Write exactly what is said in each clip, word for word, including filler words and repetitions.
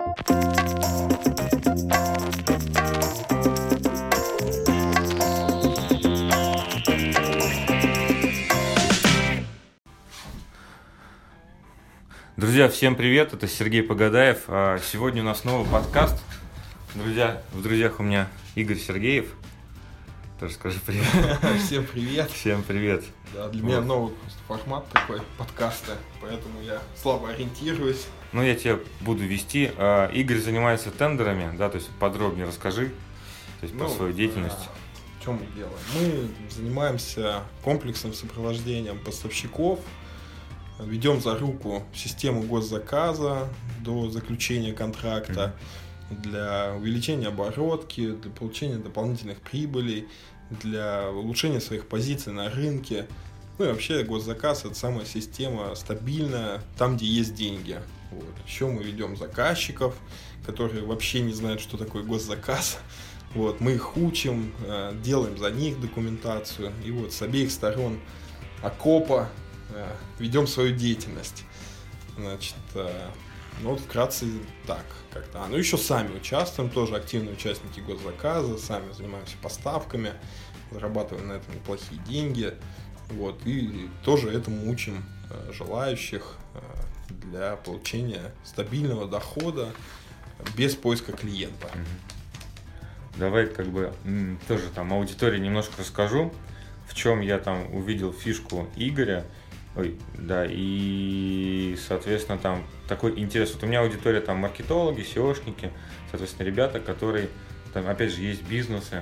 Друзья, всем привет, это Сергей Погадаев. Сегодня у нас новый подкаст. Друзья, в друзьях у меня Игорь Сергеев. Тоже скажи привет. Всем привет. Всем привет. Да, для вот. меня новый формат такой подкаста, поэтому я слабо ориентируюсь. Ну, я тебя буду вести. Игорь занимается тендерами, да, то есть подробнее расскажи то есть, ну, про свою деятельность. А, что мы делаем? Мы занимаемся комплексным сопровождением поставщиков, ведем за руку систему госзаказа до заключения контракта mm-hmm. для увеличения оборотки, для получения дополнительных прибылей, для улучшения своих позиций на рынке. Ну и вообще госзаказ – это самая система стабильная, там, где есть деньги. Вот. Еще мы ведем заказчиков, которые вообще не знают, что такое госзаказ. Вот. Мы их учим, делаем за них документацию. И вот с обеих сторон окопа ведем свою деятельность. Значит, ну вот вкратце так как-то. А, ну еще сами участвуем, тоже активные участники госзаказа, сами занимаемся поставками, зарабатываем на этом неплохие деньги. Вот, и тоже этому учим желающих для получения стабильного дохода без поиска клиента. Давай как бы тоже там аудитории немножко расскажу, в чем я там увидел фишку Игоря. Ой, да, и, соответственно, там такой интерес. Вот у меня аудитория там маркетологи, сеошники, соответственно, ребята, которые, там, опять же, есть бизнесы,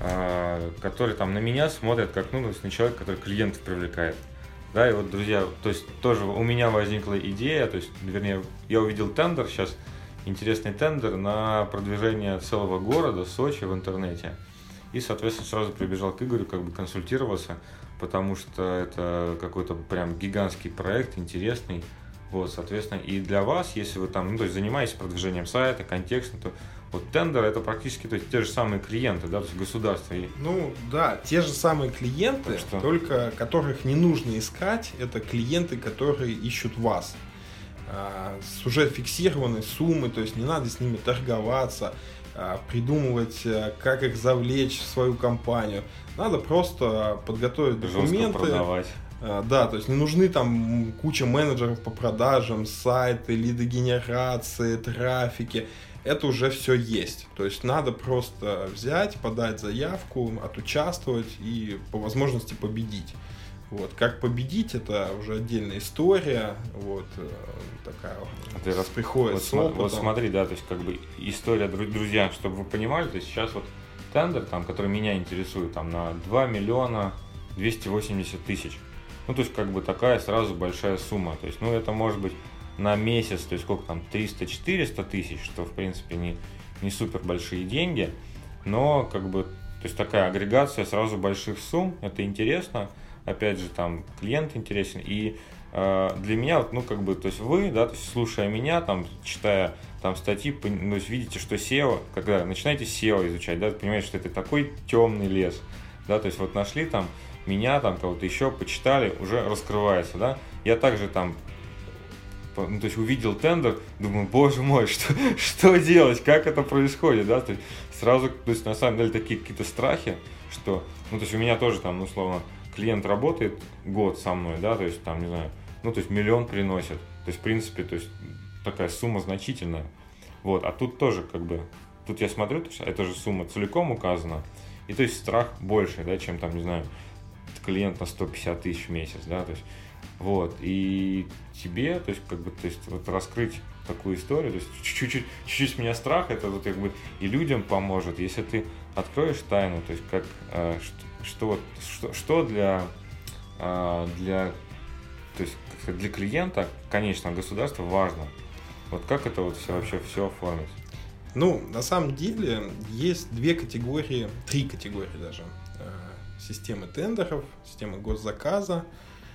а, которые там на меня смотрят как, ну, то есть на человека, который клиентов привлекает. Да, и вот, друзья, то есть тоже у меня возникла идея, то есть, вернее, я увидел тендер сейчас, интересный тендер на продвижение целого города, Сочи, в интернете. И, соответственно, сразу прибежал к Игорю как бы консультироваться, потому что это какой-то прям гигантский проект, интересный. Вот, соответственно, и для вас, если вы там, ну, то есть занимаетесь продвижением сайта, контекстно, то вот тендер это практически то есть, те же самые клиенты, да, то есть государство. Ну да, те же самые клиенты, что? Только которых не нужно искать, это клиенты, которые ищут вас. А, с уже фиксированной суммой, то есть не надо с ними торговаться, придумывать, как их завлечь в свою компанию. Надо просто подготовить документы. Продавать. Да, то есть не нужны там куча менеджеров по продажам, сайты, лидогенерации, трафики. Это уже все есть. То есть надо просто взять, подать заявку, отучаствовать и по возможности победить. Вот. Как победить, это уже отдельная история, вот, такая а ты раз... приходит вот с опытом. Вот смотри, да, то есть как бы история, друзья, чтобы вы понимали, то есть сейчас вот тендер, там, который меня интересует, там на два миллиона двести восемьдесят тысяч, ну, то есть как бы такая сразу большая сумма, то есть, ну, это может быть на месяц, то есть сколько там, триста-четыреста тысяч, что, в принципе, не, не супер большие деньги, но, как бы, то есть такая агрегация сразу больших сумм, это интересно. Опять же, там клиент интересен, и э, для меня, ну, как бы, то есть вы, да, то есть слушая меня, там, читая там статьи, ну, видите, что сео, когда начинаете сео изучать, да, понимаете, что это такой темный лес, да, то есть вот нашли там меня, там, кого-то еще, почитали, уже раскрывается, да, я также там, ну, то есть увидел тендер, думаю, боже мой, что, что делать, как это происходит, да, то есть сразу, то есть на самом деле такие какие-то страхи, что, ну, то есть у меня тоже там, ну, условно, клиент работает год со мной, да, то есть там, не знаю, ну, то есть миллион приносит, то есть, в принципе, то есть такая сумма значительная, вот, а тут тоже, как бы, тут я смотрю, то есть эта же сумма целиком указана, и, то есть, страх больше, да, чем там, не знаю, клиент на сто пятьдесят тысяч в месяц, да, то есть, вот, и тебе, то есть, как бы, то есть, вот раскрыть такую историю, то есть, чуть-чуть, чуть-чуть с меня страх, это вот, как бы, и людям поможет, если ты откроешь тайну, то есть, как, э, что, Что, что, что для, для, то есть для клиента, конечно, государства важно. Вот как это вот все вообще все оформить? Ну, на самом деле есть две категории, три категории даже системы тендеров, системы госзаказа.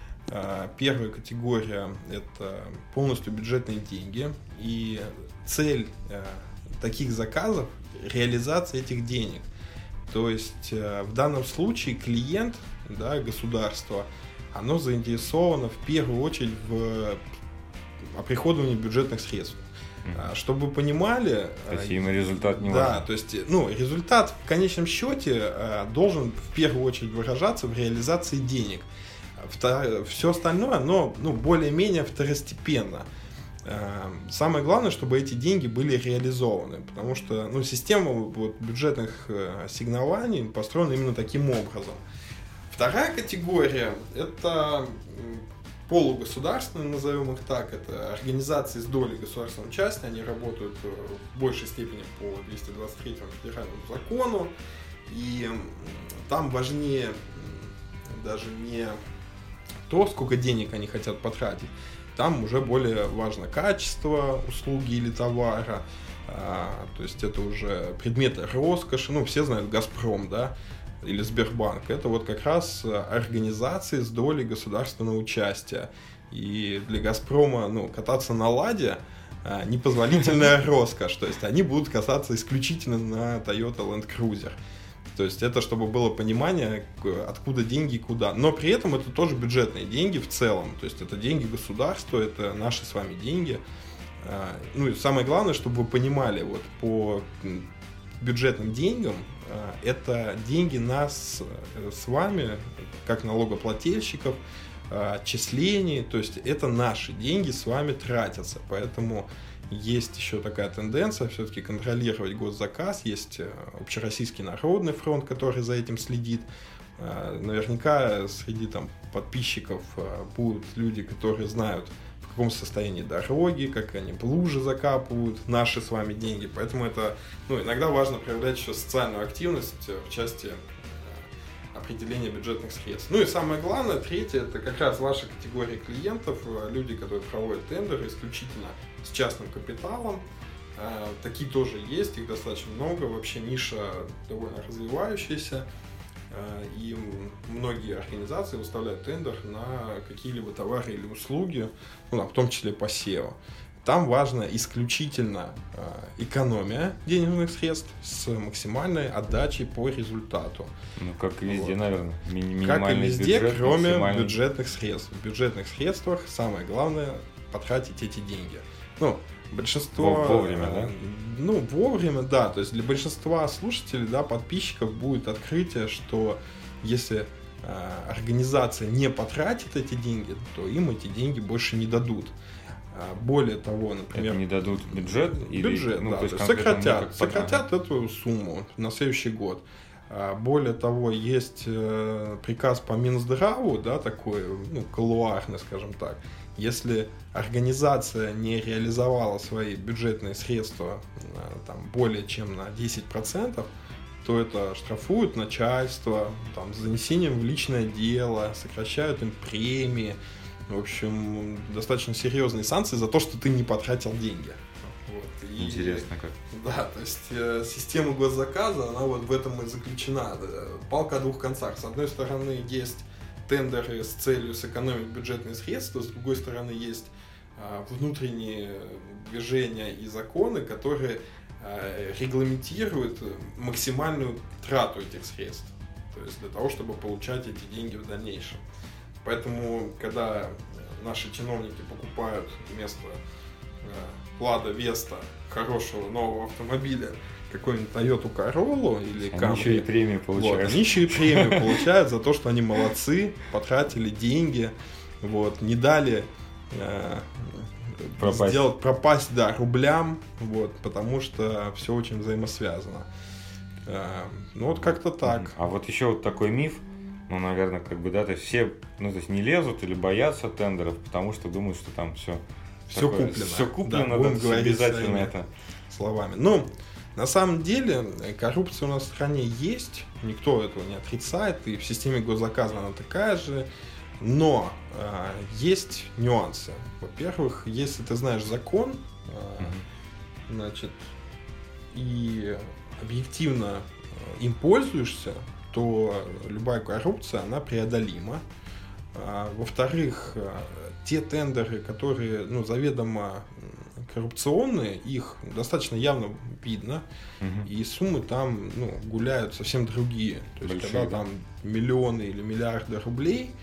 Первая категория – это полностью бюджетные деньги, и цель таких заказов – реализация этих денег. То есть в данном случае клиент, да, государство, оно заинтересовано в первую очередь в оприходовании бюджетных средств. Mm-hmm. Чтобы вы понимали... То есть им результат не да, важен. то есть, ну, результат в конечном счете должен в первую очередь выражаться в реализации денег. Все остальное, оно, ну, более-менее второстепенно. Самое главное, чтобы эти деньги были реализованы, потому что, ну, система вот, бюджетных ассигнований построена именно таким образом. Вторая категория – это полугосударственные, назовем их так, это организации с долей государственного участия, они работают в большей степени по двести двадцать третьему федеральному закону, и там важнее даже не то, сколько денег они хотят потратить, там уже более важно качество услуги или товара, а, то есть это уже предметы роскоши, ну все знают «Газпром», да, или Сбербанк, это вот как раз организации с долей государственного участия. И для «Газпрома», ну, кататься на «Ладе» а, непозволительная роскошь, то есть они будут кататься исключительно на Toyota Land Cruiser. То есть это чтобы было понимание, откуда деньги и куда. Но при этом это тоже бюджетные деньги в целом. То есть это деньги государства, это наши с вами деньги. Ну и самое главное, чтобы вы понимали, вот по бюджетным деньгам, это деньги нас с вами, как налогоплательщиков, отчислений. То есть это наши деньги с вами тратятся. Поэтому... Есть еще такая тенденция все-таки контролировать госзаказ. Есть Общероссийский народный фронт, который за этим следит. Наверняка среди там, подписчиков будут люди, которые знают, в каком состоянии дороги, как они в лужи закапывают наши с вами деньги. Поэтому это, ну, иногда важно проявлять еще социальную активность в части определения бюджетных средств. Ну и самое главное, третье, это как раз ваша категория клиентов, люди, которые проводят тендеры исключительно с частным капиталом. Такие тоже есть, их достаточно много, вообще ниша довольно развивающаяся. И многие организации выставляют тендер на какие-либо товары или услуги, ну, в том числе по сео. Там важно исключительно экономия денежных средств с максимальной отдачей по результату. Ну, как и везде, вот. Наверное. Ми- минимальный как и везде, бюджет, кроме максимальный... бюджетных средств. В бюджетных средствах самое главное потратить эти деньги. Ну, большинство... Вовремя, да? Ну, вовремя, да. То есть для большинства слушателей, да, подписчиков будет открытие, что если э, организация не потратит эти деньги, то им эти деньги больше не дадут. Более того, например... Это не дадут бюджет? Бюджет, или, ну, да. То есть сократят, сократят эту сумму на следующий год. Более того, есть приказ по Минздраву, да, такой, ну, колуарный, скажем так. Если организация не реализовала свои бюджетные средства там, более чем на десять процентов, то это штрафуют начальство, там, с занесением в личное дело, сокращают им премии. В общем, достаточно серьезные санкции за то, что ты не потратил деньги. Вот. И, интересно как. Да, то есть э, система госзаказа, она вот в этом и заключена. Палка о двух концах. С одной стороны, есть тендеры с целью сэкономить бюджетные средства, с другой стороны, есть э, внутренние движения и законы, которые э, регламентируют максимальную трату этих средств. То есть для того, чтобы получать эти деньги в дальнейшем. Поэтому, когда наши чиновники покупают вместо Лада Веста хорошего нового автомобиля какой-нибудь Toyota Corolla или Camry, они еще и премию получают. Вот, они еще и премию получают за то, что они молодцы, потратили деньги, вот, не дали э, пропасть. Сделать, пропасть, да, рублям, вот, потому что все очень взаимосвязано. Э, ну вот как-то так. А вот еще вот такой миф. Ну, наверное, как бы, да, то есть все, ну, то есть не лезут или боятся тендеров, потому что думают, что там все, все такое, куплено. Все куплено, да, будем да, говорить обязательно это. Словами. Ну, на самом деле, коррупция у нас в стране есть, никто этого не отрицает, и в системе госзаказа она такая же, но э, есть нюансы. Во-первых, если ты знаешь закон, э, mm-hmm. значит, и объективно им пользуешься, то любая коррупция, она преодолима. А, во-вторых, те тендеры, которые, ну, заведомо коррупционные, их достаточно явно видно, угу. и суммы там, ну, гуляют совсем другие. То есть, большие, когда да? там миллионы или миллиарды рублей,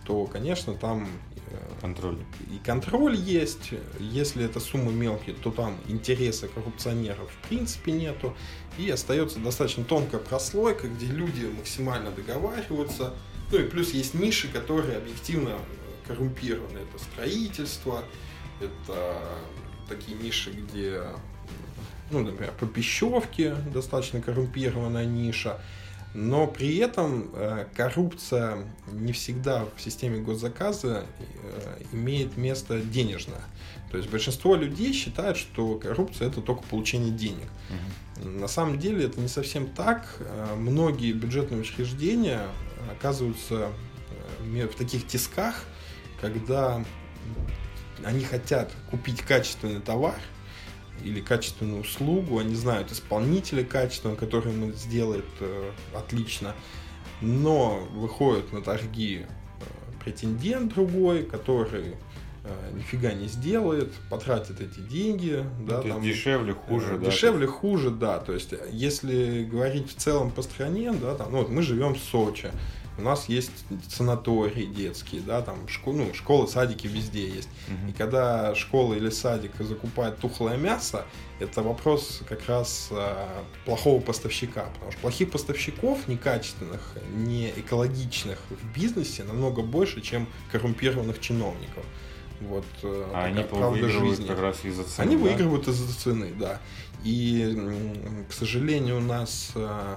то, конечно, там контроль. И контроль есть. Если это суммы мелкие, то там интереса коррупционеров в принципе нету. И остается достаточно тонкая прослойка, где люди максимально договариваются. Ну и плюс есть ниши, которые объективно коррумпированы. Это строительство, это такие ниши, где, ну, например, по пищевке достаточно коррумпированная ниша. Но при этом э, коррупция не всегда в системе госзаказа э, имеет место денежное. То есть большинство людей считают, что коррупция — это только получение денег. Угу. На самом деле это не совсем так. Э, многие бюджетные учреждения оказываются э, в таких тисках, когда они хотят купить качественный товар или качественную услугу, они знают исполнителя качественного, который ему сделает э, отлично, но выходит на торги э, претендент другой, который э, нифига не сделает, потратит эти деньги. Да, там, дешевле, хуже. Э, да, дешевле, есть... хуже, да. То есть, если говорить в целом по стране, да, там, ну, вот мы живем в Сочи, у нас есть санатории детские, да, там школ, ну, школы, садики везде есть. Uh-huh. И когда школа или садик закупает тухлое мясо, это вопрос как раз а, плохого поставщика. Потому что плохих поставщиков, некачественных, не экологичных в бизнесе намного больше, чем коррумпированных чиновников. Вот, а они выигрывают жизни. Как раз из-за цены. Они да? выигрывают из-за цены, да. И, к сожалению, у нас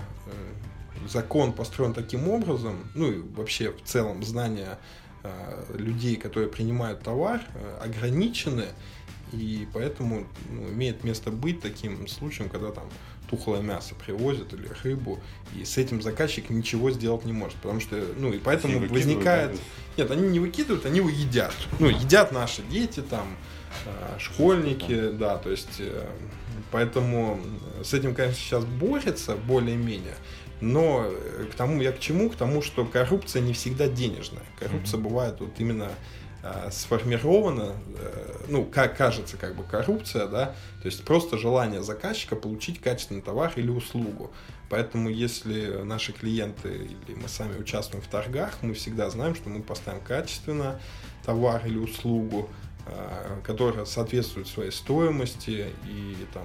закон построен таким образом, ну и вообще в целом знания э, людей, которые принимают товар, э, ограничены, и поэтому ну, имеет место быть таким случаем, когда там тухлое мясо привозят или рыбу, и с этим заказчик ничего сделать не может, потому что, ну и поэтому возникает... Да? Нет, они не выкидывают, они его едят. Ну, едят наши дети, там, э, школьники, да, то есть, э, поэтому с этим, конечно, сейчас борется более-менее. Но к тому, я к чему? К тому, что коррупция не всегда денежная. Коррупция mm-hmm. бывает вот именно э, сформирована, э, ну, как кажется, как бы коррупция, да, то есть просто желание заказчика получить качественный товар или услугу. Поэтому если наши клиенты или мы сами участвуем в торгах, мы всегда знаем, что мы поставим качественно товар или услугу, э, которая соответствует своей стоимости, и там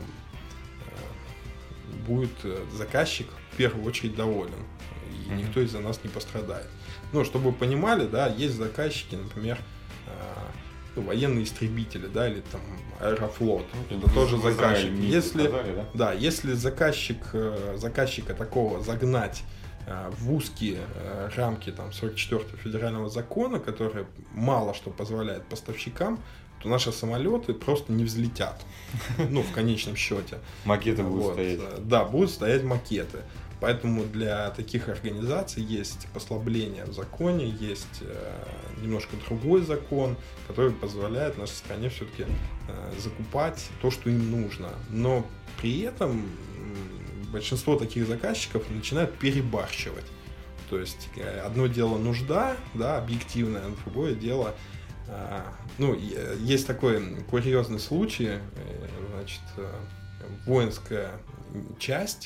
будет заказчик в первую очередь доволен, и mm-hmm. никто из-за нас не пострадает. Ну, чтобы вы понимали, да, есть заказчики, например, ну, военные истребители, да, или там Аэрофлот, ну, это тоже заказчик. Если, сказали, да? Да, если заказчик, заказчика такого загнать в узкие рамки там, сорок четвёртого федерального закона, который мало что позволяет поставщикам, то наши самолеты просто не взлетят, ну, в конечном счете. Макеты будут вот. стоять. Да, будут стоять макеты. Поэтому для таких организаций есть послабление в законе, есть э, немножко другой закон, который позволяет нашей стране все-таки э, закупать то, что им нужно. Но при этом э, большинство таких заказчиков начинают перебарщивать. То есть э, одно дело нужда, да, объективное, а другое дело... Ну, есть такой курьезный случай, значит, воинская часть,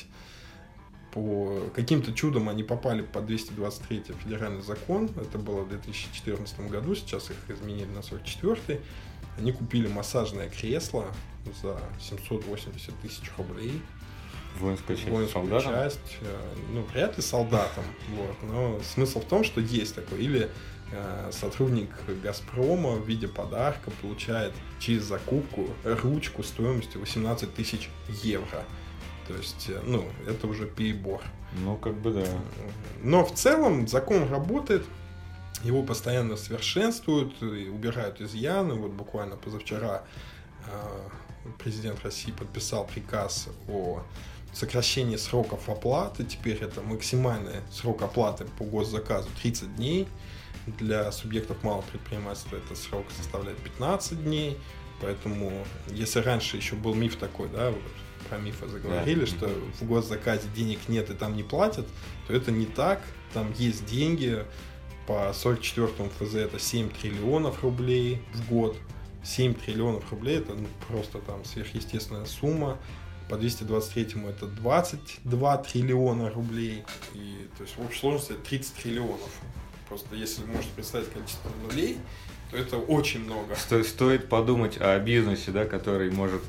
по каким-то чудом они попали под двести двадцать третий федеральный закон, это было в две тысячи четырнадцатом году, сейчас их изменили на сорок четвёртый, они купили массажное кресло за семьсот восемьдесят тысяч рублей. Воинская часть, воинскую солдатам? часть, ну, вряд ли солдатам, вот, но смысл в том, что есть такой, или сотрудник Газпрома в виде подарка получает через закупку ручку стоимостью восемнадцать тысяч евро. То есть, ну, это уже перебор. Ну, как бы да. Но в целом закон работает, его постоянно совершенствуют, и убирают изъяны. Вот буквально позавчера президент России подписал приказ о сокращении сроков оплаты. Теперь это максимальный срок оплаты по госзаказу тридцать дней. Для субъектов малого предпринимательства этот срок составляет пятнадцать дней. Поэтому, если раньше еще был миф такой, да, вот про мифы заговорили, да. что в госзаказе денег нет и там не платят, то это не так. Там есть деньги. По сорок четвёртому эф зэ это семь триллионов рублей в год. семь триллионов рублей это ну, просто там сверхъестественная сумма. По двести двадцать третьему это двадцать два триллиона рублей. И, то есть в общей сложности это тридцать триллионов. Просто если вы можете представить количество нулей, то это очень много. Сто, стоит подумать о бизнесе, да, который может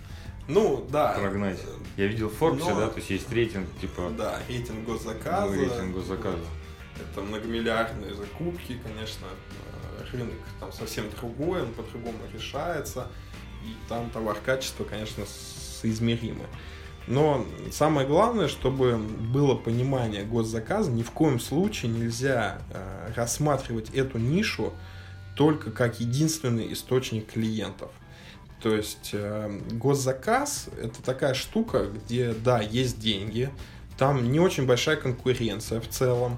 ну, да. прогнать. Я видел в Forbes, Но, да, то есть есть рейтинг, типа... Да, рейтинг госзаказа. Ну, рейтинг госзаказа. Это многомиллиардные закупки, конечно, рынок там совсем другой, он по-другому решается, и там товар-качество, конечно, соизмеримы. Но самое главное, чтобы было понимание госзаказа, ни в коем случае нельзя э, рассматривать эту нишу только как единственный источник клиентов. То есть э, госзаказ – это такая штука, где, да, есть деньги, там не очень большая конкуренция в целом,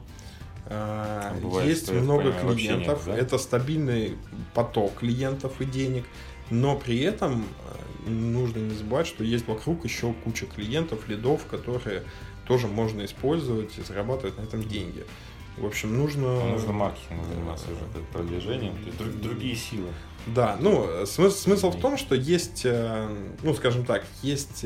э, бывает, есть много клиентов, нет, да? Это стабильный поток клиентов и денег, но при этом нужно не забывать, что есть вокруг еще куча клиентов, лидов, которые тоже можно использовать и зарабатывать на этом деньги. В общем, нужно... А нужно маркетингом заниматься уже, продвижением, то есть друг, другие силы. Да, ну, смысл, смысл в том, что есть, ну, скажем так, есть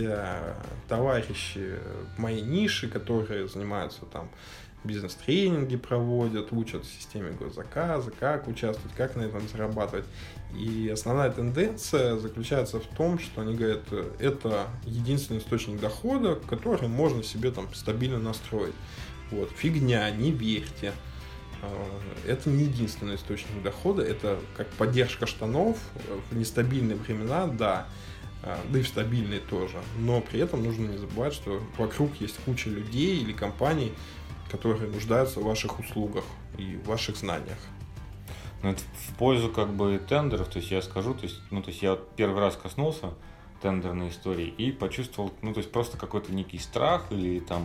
товарищи в моей нише, которые занимаются там, бизнес-тренинги проводят, учат системе госзаказа, как участвовать, как на этом зарабатывать. И основная тенденция заключается в том, что они говорят, это единственный источник дохода, который можно себе там стабильно настроить. Вот, фигня, не верьте. Это не единственный источник дохода, это как поддержка штанов в нестабильные времена, да, да и в стабильные тоже. Но при этом нужно не забывать, что вокруг есть куча людей или компаний, которые нуждаются в ваших услугах и в ваших знаниях. Ну, это в пользу как бы тендеров, то есть я скажу, то есть, ну, то есть я вот первый раз коснулся тендерной истории и почувствовал, ну, то есть просто какой-то некий страх или там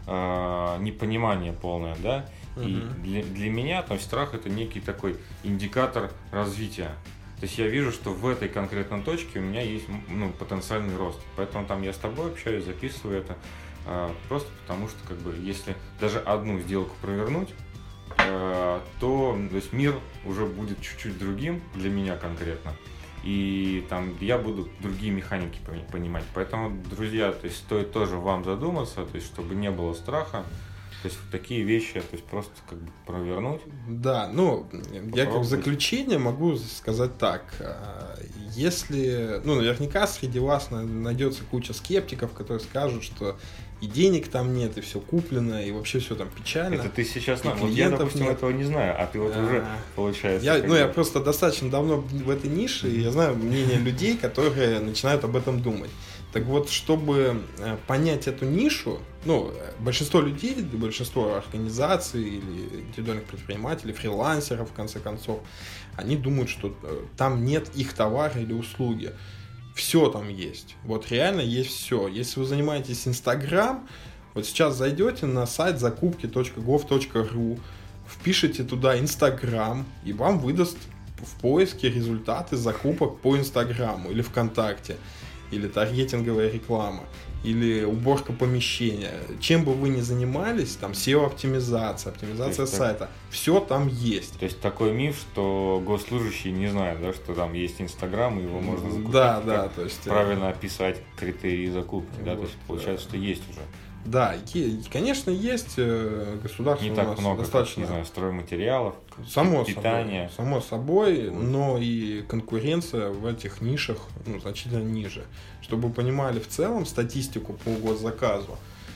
э, непонимание полное, да, uh-huh. и для, для меня, то есть страх это некий такой индикатор развития. То есть я вижу, что в этой конкретной точке у меня есть, ну, потенциальный рост, поэтому там я с тобой общаюсь, записываю это, э, просто потому что как бы если даже одну сделку провернуть, э, то, то есть мир уже будет чуть-чуть другим для меня конкретно. И там я буду другие механики понимать. Поэтому, друзья, то есть стоит тоже вам задуматься, то есть чтобы не было страха. То есть такие вещи, то есть просто как бы провернуть. Да, ну, я как заключение могу сказать так. Если, ну, наверняка среди вас найдется куча скептиков, которые скажут, что и денег там нет, и все куплено, и вообще все там печально. Это ты сейчас знаешь. Вот я, допустим, нет. этого не знаю, а ты вот а, уже, получается... Я, ну, я просто достаточно давно в этой нише, и я знаю мнение людей, которые начинают об этом думать. Так вот, чтобы понять эту нишу, ну, большинство людей, большинство организаций или индивидуальных предпринимателей, фрилансеров, в конце концов, они думают, что там нет их товара или услуги. Все там есть. Вот реально есть все. Если вы занимаетесь Инстаграм, вот сейчас зайдете на сайт закупки точка гов точка ру, впишите туда Инстаграм, и вам выдаст в поиске результаты закупок по Инстаграму или ВКонтакте, или таргетинговая реклама, или уборка помещения. Чем бы вы ни занимались, там сео-оптимизация, оптимизация сайта, так... все там есть. То есть такой миф, что госслужащие не знают, да, что там есть Инстаграм, и его можно закупить. Да, да, то есть правильно описать критерии закупки, вот, да, то есть получается, да. что есть уже. Да, конечно, есть государство не у так нас много, достаточно, как, не знаю, стройматериалов, само питания. Собой, само собой, но и конкуренция в этих нишах, ну, значительно ниже. Чтобы вы понимали в целом статистику по госзаказу,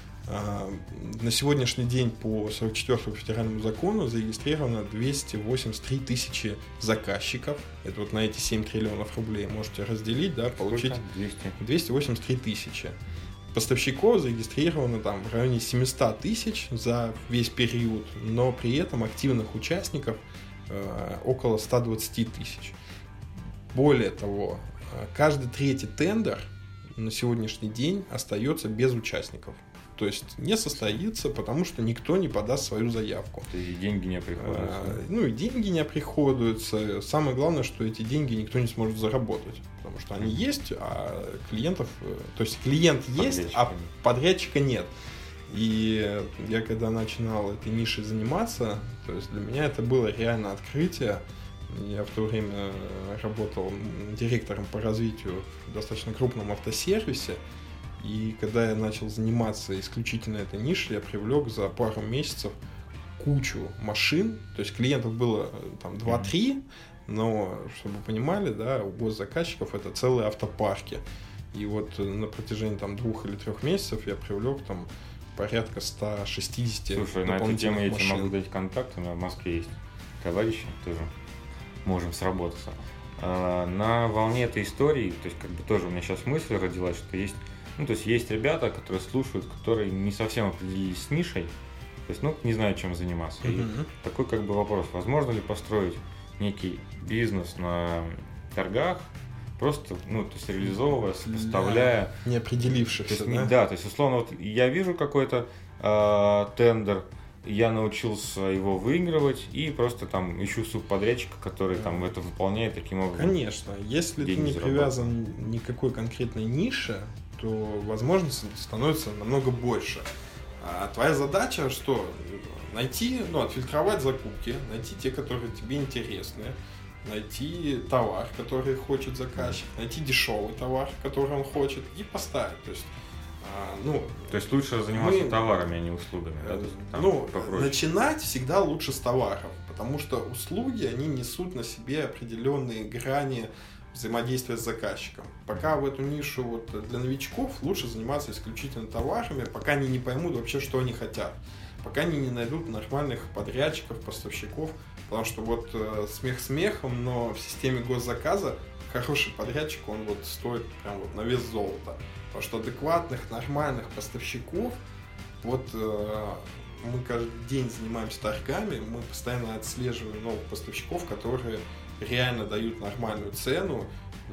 на сегодняшний день по сорок четвёртому федеральному закону зарегистрировано двести восемьдесят три тысячи заказчиков. Это вот на эти семь триллионов рублей можете разделить, да, получить двести восемьдесят три тысячи. Поставщиков зарегистрировано там в районе семьсот тысяч за весь период, но при этом активных участников э, около сто двадцать тысяч. Более того, каждый третий тендер на сегодняшний день остается без участников. То есть не состоится, потому что никто не подаст свою заявку. И деньги не оприходуются. А, ну и деньги не оприходуются. Самое главное, что эти деньги никто не сможет заработать. Потому что они есть, а клиентов... То есть клиент есть, а подрядчика нет. И я когда начинал этой нишей заниматься, то есть для меня это было реально открытие. Я в то время работал директором по развитию в достаточно крупном автосервисе. И когда я начал заниматься исключительно этой нишей, я привлек за пару месяцев кучу машин, то есть клиентов было там два-три, но, чтобы вы понимали, да, у госзаказчиков это целые автопарки. И вот на протяжении там двух или трех месяцев я привлек там порядка сто шестьдесят Слушай, на эту тему я тебе могу дать контакт, у меня в Москве есть товарищи, тоже можем сработаться. На волне этой истории, то есть как бы тоже у меня сейчас мысль родилась, что есть, ну то есть есть ребята, которые слушают, которые не совсем определились с нишей, то есть, ну, не знаю, чем заниматься. Uh-huh. И такой как бы вопрос, возможно ли построить некий бизнес на торгах, просто, ну, то есть реализовывая, сопоставляя... Не определившихся, то есть, да? Да, то есть, условно, вот я вижу какой-то э, тендер, я научился его выигрывать и просто там ищу субподрядчика, который да. там это выполняет таким образом. Конечно, если ты не привязан к никакой конкретной нише, то возможностей становится намного больше. А твоя задача что? Найти, ну, отфильтровать закупки, найти те, которые тебе интересны, найти товар, который хочет заказчик, найти дешевый товар, который он хочет, и поставить. То есть, а, ну, То есть лучше заниматься мы, товарами, а не услугами. Да? Э, ну, попроще. Начинать всегда лучше с товаров, потому что услуги, они несут на себе определенные грани взаимодействия с заказчиком. Пока в эту нишу вот для новичков лучше заниматься исключительно товарами, пока они не поймут вообще, что они хотят. Пока они не найдут нормальных подрядчиков, поставщиков, потому что вот э, смех смехом, но в системе госзаказа хороший подрядчик, он вот стоит прям вот на вес золота. Потому что адекватных, нормальных поставщиков, вот э, мы каждый день занимаемся торгами, мы постоянно отслеживаем новых поставщиков, которые реально дают нормальную цену,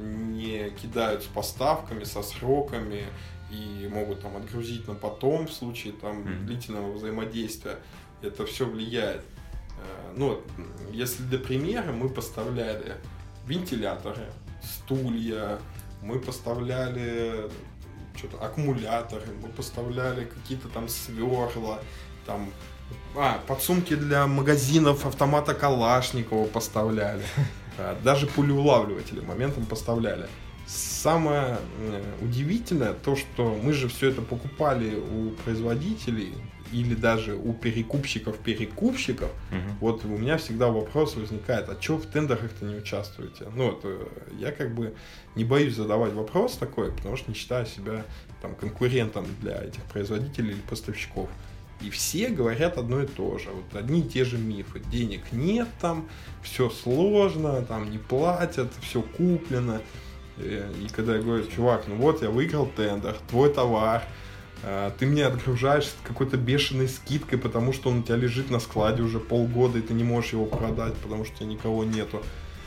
не кидают с поставками, со сроками и могут там отгрузить на потом в случае там mm-hmm. длительного взаимодействия. Это все влияет. Ну, если для примера, мы поставляли вентиляторы, стулья, мы поставляли что-то, аккумуляторы, мы поставляли какие-то там сверла, там, а, подсумки для магазинов автомата Калашникова поставляли, даже пулеулавливатели моментом поставляли. Самое удивительное то, что мы же все это покупали у производителей или даже у перекупщиков перекупщиков. Uh-huh. Вот у меня всегда вопрос возникает: а что в тендерах-то не участвуете? Ну, это, я как бы не боюсь задавать вопрос такой, потому что не считаю себя там конкурентом для этих производителей или поставщиков. И все говорят одно и то же. Вот одни и те же мифы. Денег нет там, все сложно, там не платят, все куплено. И когда я говорю: чувак, ну вот я выиграл тендер, твой товар, ты мне отгружаешь с какой-то бешеной скидкой, потому что он у тебя лежит на складе уже полгода, и ты не можешь его продать, потому что у тебя никого нету.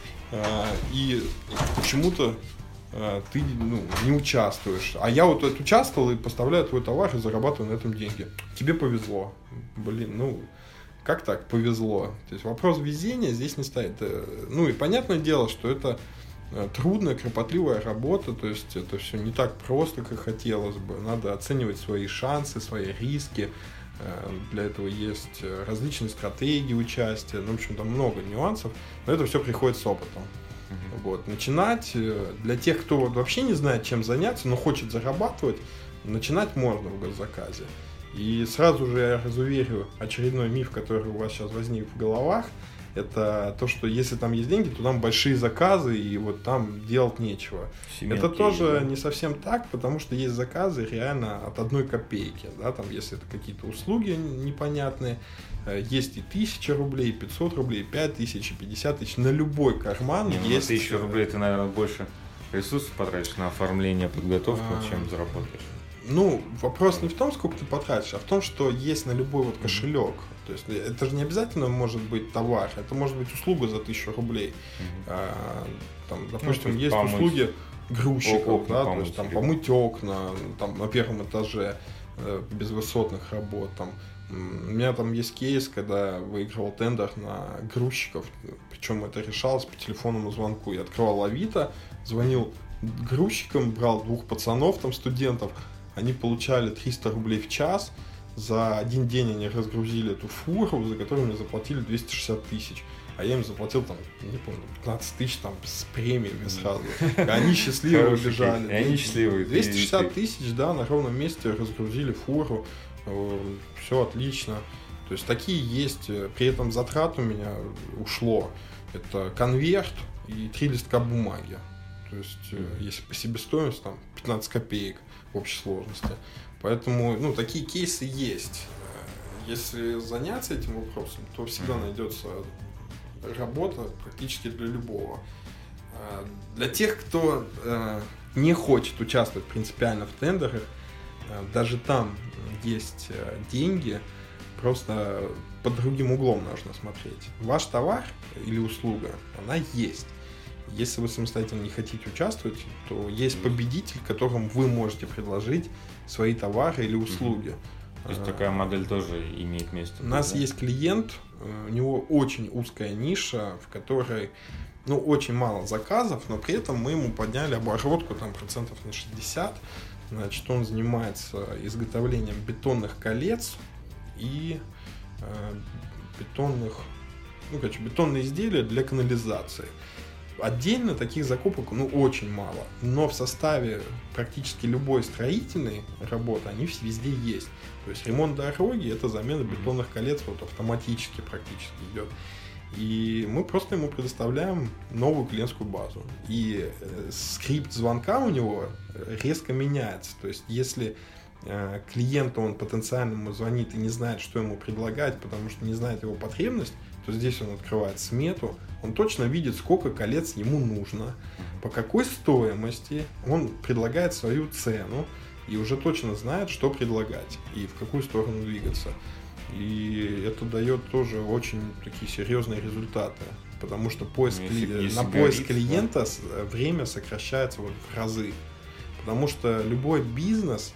И почему-то ты ну, не участвуешь. А я вот участвовал и поставляю твой товар и зарабатываю на этом деньги. Тебе повезло. Блин, ну как так повезло? То есть вопрос везения здесь не стоит. Ну и понятное дело, что это трудная, кропотливая работа, то есть это все не так просто, как хотелось бы. Надо оценивать свои шансы, свои риски. Для этого есть различные стратегии участия. Ну, в общем, там много нюансов, но это все приходит с опытом. Uh-huh. Вот. Начинать, для тех, кто вообще не знает, чем заняться, но хочет зарабатывать, начинать можно в госзаказе. И сразу же я разуверю очередной миф, который у вас сейчас возник в головах. Это то, что если там есть деньги, то там большие заказы, и вот там делать нечего. Семенки, это тоже да. не совсем так, потому что есть заказы реально от одной копейки. Да, там, если это какие-то услуги непонятные, есть и тысяча рублей, и пятьсот рублей, и пять тысяч, и пятьдесят тысяч. На любой карман не, есть... Ну, тысячу рублей ты, наверное, больше ресурсов потратишь на оформление, подготовку, а... чем заработаешь. Ну, вопрос не в том, сколько ты потратишь, а в том, что есть на любой вот кошелек. То есть это же не обязательно может быть товар, это может быть услуга за тысячу рублей. Mm-hmm. А, там, допустим, ну, есть, есть помыть. услуги грузчиков, окна, да, помыть, то есть там помыть окна там, на первом этаже э, без высотных работ. Там. У меня там есть кейс, когда выигрывал тендер на грузчиков, причем это решалось по телефонному звонку. Я открывал Авито, звонил грузчикам, брал двух пацанов, там студентов, они получали триста рублей в час. За один день они разгрузили эту фуру, за которую мне заплатили двести шестьдесят тысяч. А я им заплатил там, не помню, пятнадцать тысяч там с премиями сразу. Они счастливо убежали. И они счастливые. двести шестьдесят тысяч, да, на ровном месте разгрузили фуру. Все отлично. То есть такие есть, при этом затрат у меня ушло. Это конверт и три листка бумаги. То есть, если по себестоимости, там пятнадцать копеек в общей сложности. Поэтому, ну, такие кейсы есть. Если заняться этим вопросом, то всегда найдется работа практически для любого. Для тех, кто не хочет участвовать принципиально в тендерах, даже там есть деньги, просто под другим углом нужно смотреть. Ваш товар или услуга, она есть. Если вы самостоятельно не хотите участвовать, то есть победитель, которому вы можете предложить свои товары или услуги. То есть такая модель тоже имеет место. У нас да? есть клиент, у него очень узкая ниша, в которой ну, очень мало заказов, но при этом мы ему подняли оборотку там, процентов на шестьдесят. Значит, он занимается изготовлением бетонных колец и э, бетонных, ну, короче, бетонные изделия для канализации. Отдельно таких закупок ну, очень мало, но в составе практически любой строительной работы они везде есть. То есть ремонт дороги – это замена бетонных колец, вот автоматически практически идет. И мы просто ему предоставляем новую клиентскую базу. И э, скрипт звонка у него резко меняется. То есть если э, клиенту он потенциально ему звонит и не знает, что ему предлагать, потому что не знает его потребность, то здесь он открывает смету, он точно видит, сколько колец ему нужно, по какой стоимости, он предлагает свою цену и уже точно знает, что предлагать и в какую сторону двигаться. И это дает тоже очень такие серьезные результаты, потому что поиск если, кли... если на горит, поиск клиента да. время сокращается вот в разы. Потому что любой бизнес,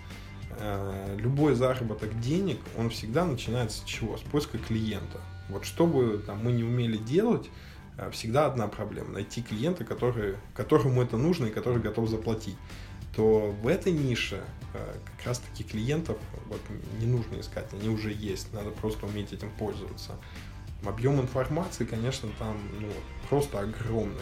любой заработок денег, он всегда начинается с чего? С поиска клиента. Вот что бы там, мы не умели делать, всегда одна проблема. Найти клиента, который, которому это нужно и который готов заплатить. То в этой нише как раз таки клиентов вот, не нужно искать, они уже есть, надо просто уметь этим пользоваться. Объем информации, конечно, там ну, просто огромный.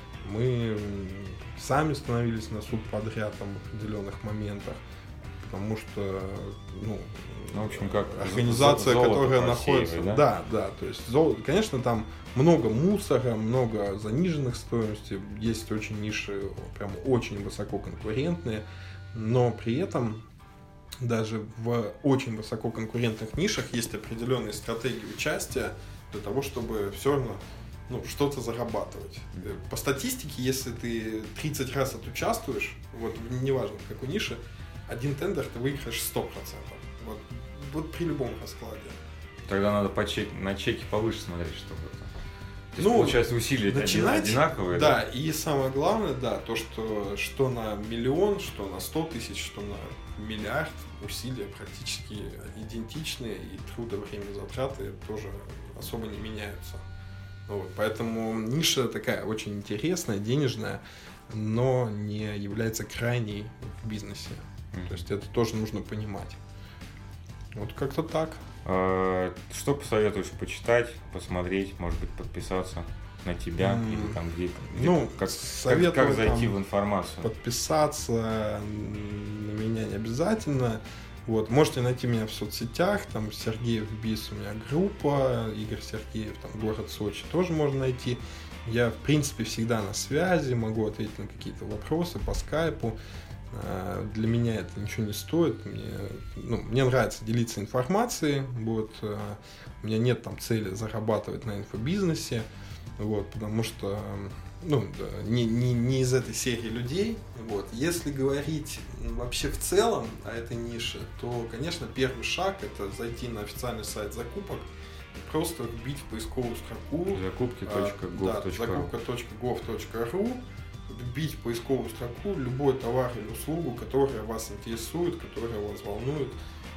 Мы сами становились на суд подряд там, в определенных моментах, потому что ну, ну, в общем, как организация, которая находится... Да? да, да, то есть, золото, конечно, там много мусора, много заниженных стоимостей, есть очень ниши, прям очень высококонкурентные, но при этом даже в очень высококонкурентных нишах есть определенные стратегии участия для того, чтобы все равно ну, что-то зарабатывать. По статистике, если ты тридцать раз отучаствуешь, вот неважно в какой нише, один тендер ты выиграешь сто процентов. Вот, вот при любом раскладе. Тогда надо по чек, на чеке повыше смотреть, чтобы это. То есть, ну, получается, усилия начинать, одинаковые. Да, да, и самое главное, да, то, что что на миллион, что на сто тысяч, что на миллиард усилия практически идентичны, и труд и время затраты тоже особо не меняются. Вот, поэтому ниша такая очень интересная, денежная, но не является крайней в бизнесе. То есть это тоже нужно понимать. Вот как-то так. Что посоветуешь почитать, посмотреть, может быть, подписаться на тебя mm. или там где, где ну, как, советую как, как зайти там в информацию? Подписаться на меня не обязательно. Вот, можете найти меня в соцсетях, там Сергеев Биз у меня группа, Игорь Сергеев, там город Сочи тоже можно найти. Я, в принципе, всегда на связи, могу ответить на какие-то вопросы по скайпу. Для меня это ничего не стоит. Мне, ну, мне нравится делиться информацией. Вот, у меня нет там цели зарабатывать на инфобизнесе. Вот, потому что ну, не, не, не из этой серии людей. Вот. Если говорить вообще в целом о этой нише, то, конечно, первый шаг это зайти на официальный сайт закупок и просто вбить в поисковую строку закупки точка гов точка ру закупка точка гов точка ру, вбить в поисковую строку любой товар или услугу, которая вас интересует, которая вас волнует,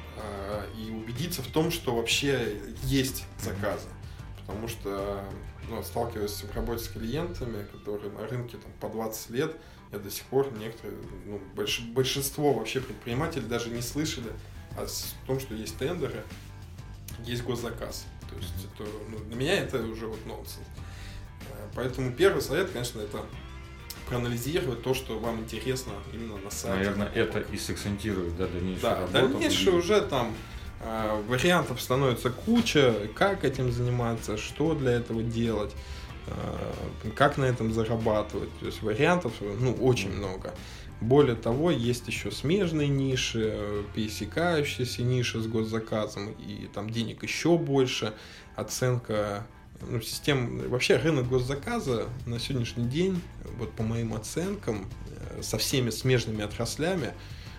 и убедиться в том, что вообще есть заказы. Потому что ну, сталкиваясь в работе с клиентами, которые на рынке там, по двадцать лет, я до сих пор некоторые, ну, больш, большинство вообще предпринимателей даже не слышали о том, что есть тендеры, есть госзаказ. То есть это, ну, для меня это уже вот нонсенс. Поэтому первый совет, конечно, это проанализировать то, что вам интересно именно на сайте. Наверное, это и сакцентирует да, дальнейшую да, работу. Дальнейшее уже там Вариантов становится куча, как этим заниматься, что для этого делать, как на этом зарабатывать. То есть вариантов, ну, очень много. Более того, есть еще смежные ниши, пересекающиеся ниши с госзаказом, и там денег еще больше, оценка, ну, систем... Вообще рынок госзаказа на сегодняшний день, вот по моим оценкам, со всеми смежными отраслями,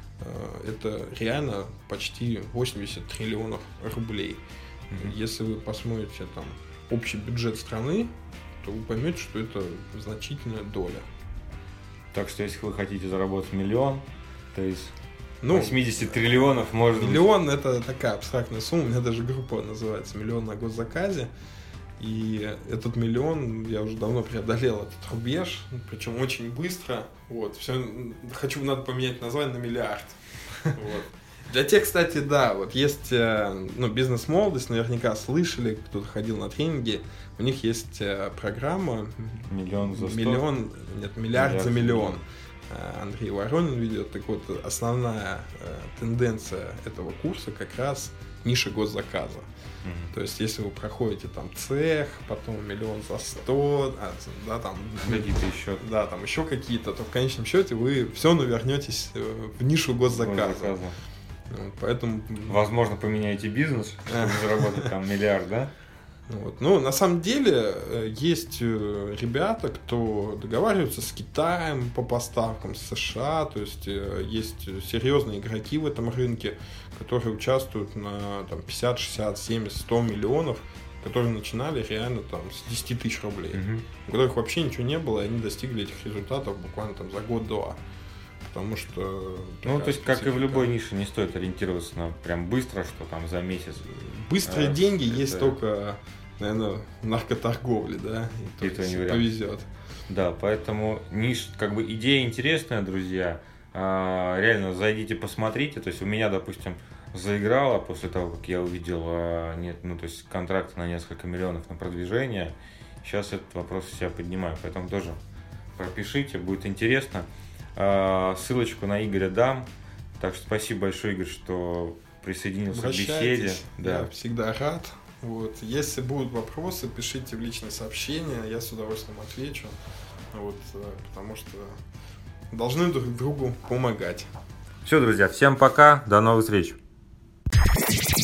это реально почти восемьдесят триллионов рублей. Mm-hmm. Если вы посмотрите там общий бюджет страны, то вы поймете, что это значительная доля. Так что если вы хотите заработать миллион, то есть ну, восемьдесят триллионов можно... Миллион — это такая абстрактная сумма, у меня даже группа называется «Миллион на госзаказе». И этот миллион, я уже давно преодолел этот рубеж, причем очень быстро. Вот, все, хочу, надо поменять название на миллиард. Вот. Для тех, кстати, да, вот есть ну, бизнес-молодость, наверняка слышали, кто-то ходил на тренинги, у них есть программа «Миллион за сто». Миллион, нет, миллиард, миллиард за миллион. Андрей Воронин ведет. Так вот, основная тенденция этого курса как раз ниша госзаказа. Mm-hmm. То есть, если вы проходите там цех, потом миллион за сто, а, да, там какие-то еще, да, там еще какие-то, то в конечном счете вы все равно вернетесь в нишу госзаказа. госзаказа. Вот, поэтому, возможно, поменяете бизнес, чтобы заработать там миллиард, да? Вот. Ну, на самом деле, есть ребята, кто договариваются с Китаем по поставкам, с США, то есть есть серьезные игроки в этом рынке, которые участвуют на там, пятьдесят, шестьдесят, семьдесят, сто миллионов, которые начинали реально там с десять тысяч рублей, uh-huh. у которых вообще ничего не было, и они достигли этих результатов буквально там за год-два. Потому что... Ну, то есть, специфика. Как и в любой нише, не стоит ориентироваться на прям быстро, что там за месяц. Быстрые а, деньги это... есть только, наверное, в наркоторговле, да, и это не повезет. Да, поэтому ниш, как бы идея интересная, друзья. А, реально зайдите, посмотрите. То есть у меня, допустим, заиграло после того, как я увидел а, нет, ну, то есть контракт на несколько миллионов на продвижение. Сейчас этот вопрос у себя поднимаю, поэтому тоже пропишите, будет интересно. Ссылочку на Игоря дам. Так что спасибо большое, Игорь, что присоединился к беседе. Да. Я всегда рад. Вот. Если будут вопросы, пишите в личные сообщения, я с удовольствием отвечу. Вот, потому что должны друг другу помогать. Все, друзья, всем пока, до новых встреч.